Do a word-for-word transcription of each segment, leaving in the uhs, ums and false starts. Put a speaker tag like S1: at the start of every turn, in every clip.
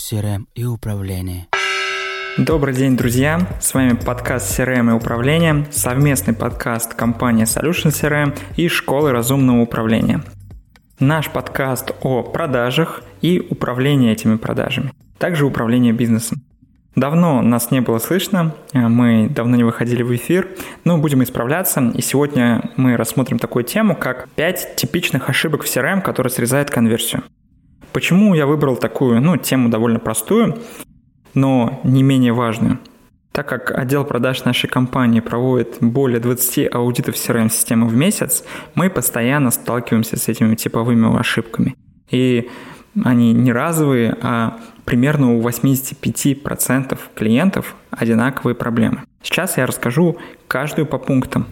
S1: си ар эм и управление.
S2: Добрый день, друзья! С вами подкаст си ар эм и управление, совместный подкаст компании Solution си ар эм и Школы разумного управления. Наш подкаст о продажах и управлении этими продажами, также управление бизнесом. Давно нас не было слышно, мы давно не выходили в эфир, но будем исправляться, и сегодня мы рассмотрим такую тему, как пять типичных ошибок в си ар эм, которые срезают конверсию. Почему я выбрал такую, ну, тему довольно простую, но не менее важную? Так как отдел продаж нашей компании проводит более двадцать аудитов си ар эм-системы в месяц, мы постоянно сталкиваемся с этими типовыми ошибками. И они не разовые, а примерно у восемьдесят пять процентов клиентов одинаковые проблемы. Сейчас я расскажу каждую по пунктам.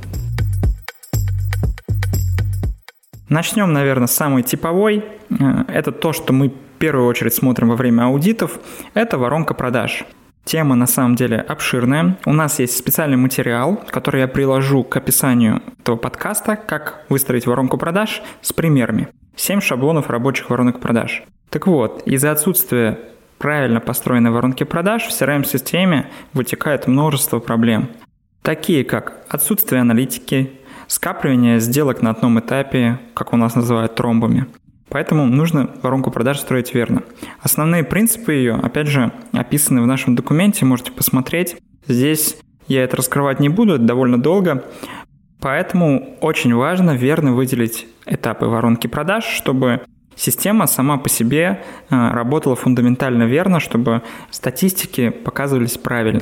S2: Начнем, наверное, с самой типовой. Это то, что мы в первую очередь смотрим во время аудитов. Это воронка продаж. Тема на самом деле обширная. У нас есть специальный материал, который я приложу к описанию этого подкаста, как выстроить воронку продаж с примерами. семь шаблонов рабочих воронок продаж. Так вот, из-за отсутствия правильно построенной воронки продаж в си ар эм-системе вытекает множество проблем, такие как отсутствие аналитики, скапливание сделок на одном этапе, как у нас называют тромбами. Поэтому нужно воронку продаж строить верно. Основные принципы ее, опять же, описаны в нашем документе, можете посмотреть. Здесь я это раскрывать не буду, это довольно долго. Поэтому очень важно верно выделить этапы воронки продаж, чтобы система сама по себе работала фундаментально верно, чтобы статистики показывались правильно.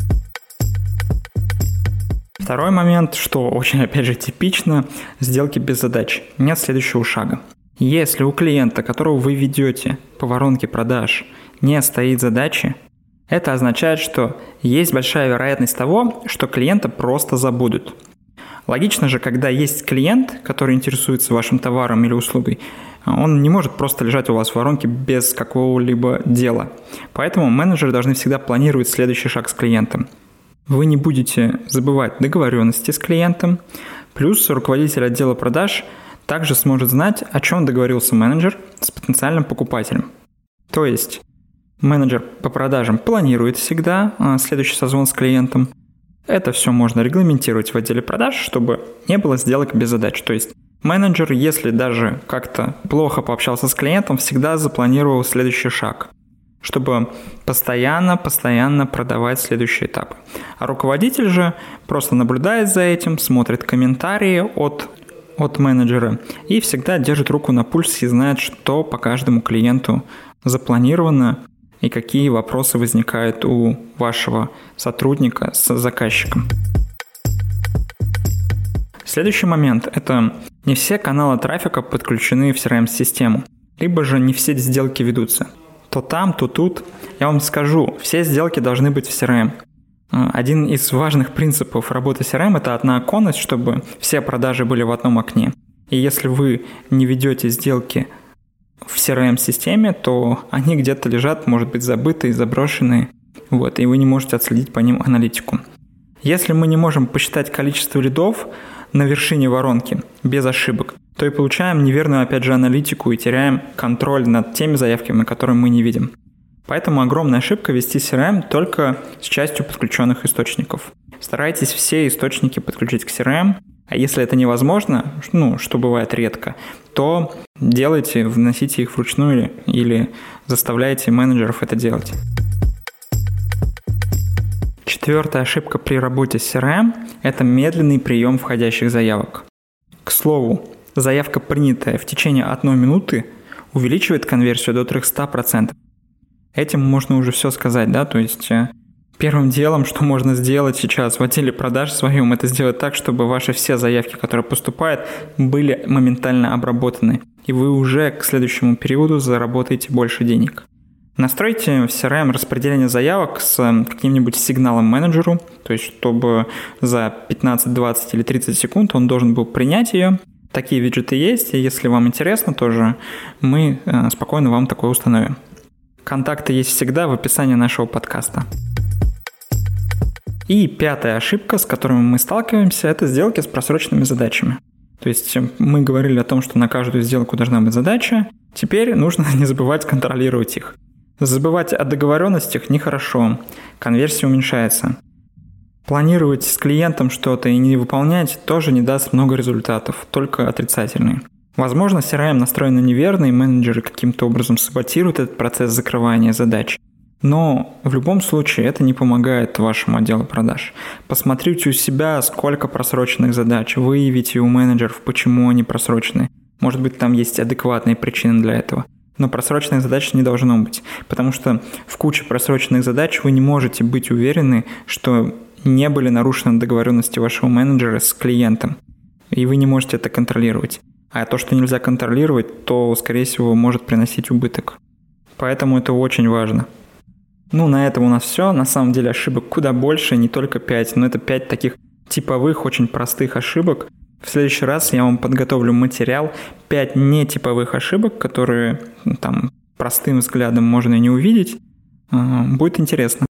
S2: Второй момент, что очень, опять же, типично, сделки без задач. Нет следующего шага. Если у клиента, которого вы ведете по воронке продаж, не стоит задачи, это означает, что есть большая вероятность того, что клиента просто забудут. Логично же, когда есть клиент, который интересуется вашим товаром или услугой, он не может просто лежать у вас в воронке без какого-либо дела. Поэтому менеджеры должны всегда планировать следующий шаг с клиентом. Вы не будете забывать договоренности с клиентом, плюс руководитель отдела продаж также сможет знать, о чем договорился менеджер с потенциальным покупателем. То есть менеджер по продажам планирует всегда следующий созвон с клиентом. Это все можно регламентировать в отделе продаж, чтобы не было сделок без задач. То есть менеджер, если даже как-то плохо пообщался с клиентом, всегда запланировал следующий шаг, чтобы постоянно-постоянно продавать следующий этап. А руководитель же просто наблюдает за этим, смотрит комментарии от, от менеджера и всегда держит руку на пульсе и знает, что по каждому клиенту запланировано и какие вопросы возникают у вашего сотрудника с заказчиком. Следующий момент – это не все каналы трафика подключены в си ар эм-систему, либо же не все сделки ведутся. То там, то тут. Я вам скажу, все сделки должны быть в си ар эм. Один из важных принципов работы си ар эм – это однооконность, чтобы все продажи были в одном окне. И если вы не ведете сделки в си ар эм-системе, то они где-то лежат, может быть, забытые, заброшенные, вот, и вы не можете отследить по ним аналитику. Если мы не можем посчитать количество лидов на вершине воронки без ошибок, то и получаем неверную, опять же, аналитику и теряем контроль над теми заявками, которые мы не видим. Поэтому огромная ошибка вести си ар эм только с частью подключенных источников. Старайтесь все источники подключить к си ар эм, а если это невозможно, ну, что бывает редко, то делайте, вносите их вручную или заставляйте менеджеров это делать. Четвертая ошибка при работе с си ар эм – это медленный прием входящих заявок. К слову, заявка, принятая в течение одной минуты, увеличивает конверсию до триста процентов. Этим можно уже все сказать, да, то есть первым делом, что можно сделать сейчас в отделе продаж своем, это сделать так, чтобы ваши все заявки, которые поступают, были моментально обработаны, и вы уже к следующему периоду заработаете больше денег. Настройте в си ар эм распределение заявок с каким-нибудь сигналом менеджеру, то есть чтобы за пятнадцать, двадцать или тридцать секунд он должен был принять ее. Такие виджеты есть, и если вам интересно тоже, мы спокойно вам такое установим. Контакты есть всегда в описании нашего подкаста. И пятая ошибка, с которой мы сталкиваемся, это сделки с просроченными задачами. То есть мы говорили о том, что на каждую сделку должна быть задача, теперь нужно не забывать контролировать их. Забывать о договоренностях нехорошо, конверсия уменьшается. Планировать с клиентом что-то и не выполнять тоже не даст много результатов, только отрицательные. Возможно, си ар эм настроены неверно, и менеджеры каким-то образом саботируют этот процесс закрывания задач. Но в любом случае это не помогает вашему отделу продаж. Посмотрите у себя, сколько просроченных задач, выявите у менеджеров, почему они просрочены. Может быть, там есть адекватные причины для этого. Но просроченных задач не должно быть, потому что в куче просроченных задач вы не можете быть уверены, что не были нарушены договоренности вашего менеджера с клиентом, и вы не можете это контролировать. А то, что нельзя контролировать, то, скорее всего, может приносить убыток. Поэтому это очень важно. Ну, на этом у нас все. На самом деле ошибок куда больше, не только пять, но это пять таких типовых, очень простых ошибок. В следующий раз я вам подготовлю материал пять нетиповых ошибок, которые там простым взглядом можно и не увидеть. Будет интересно.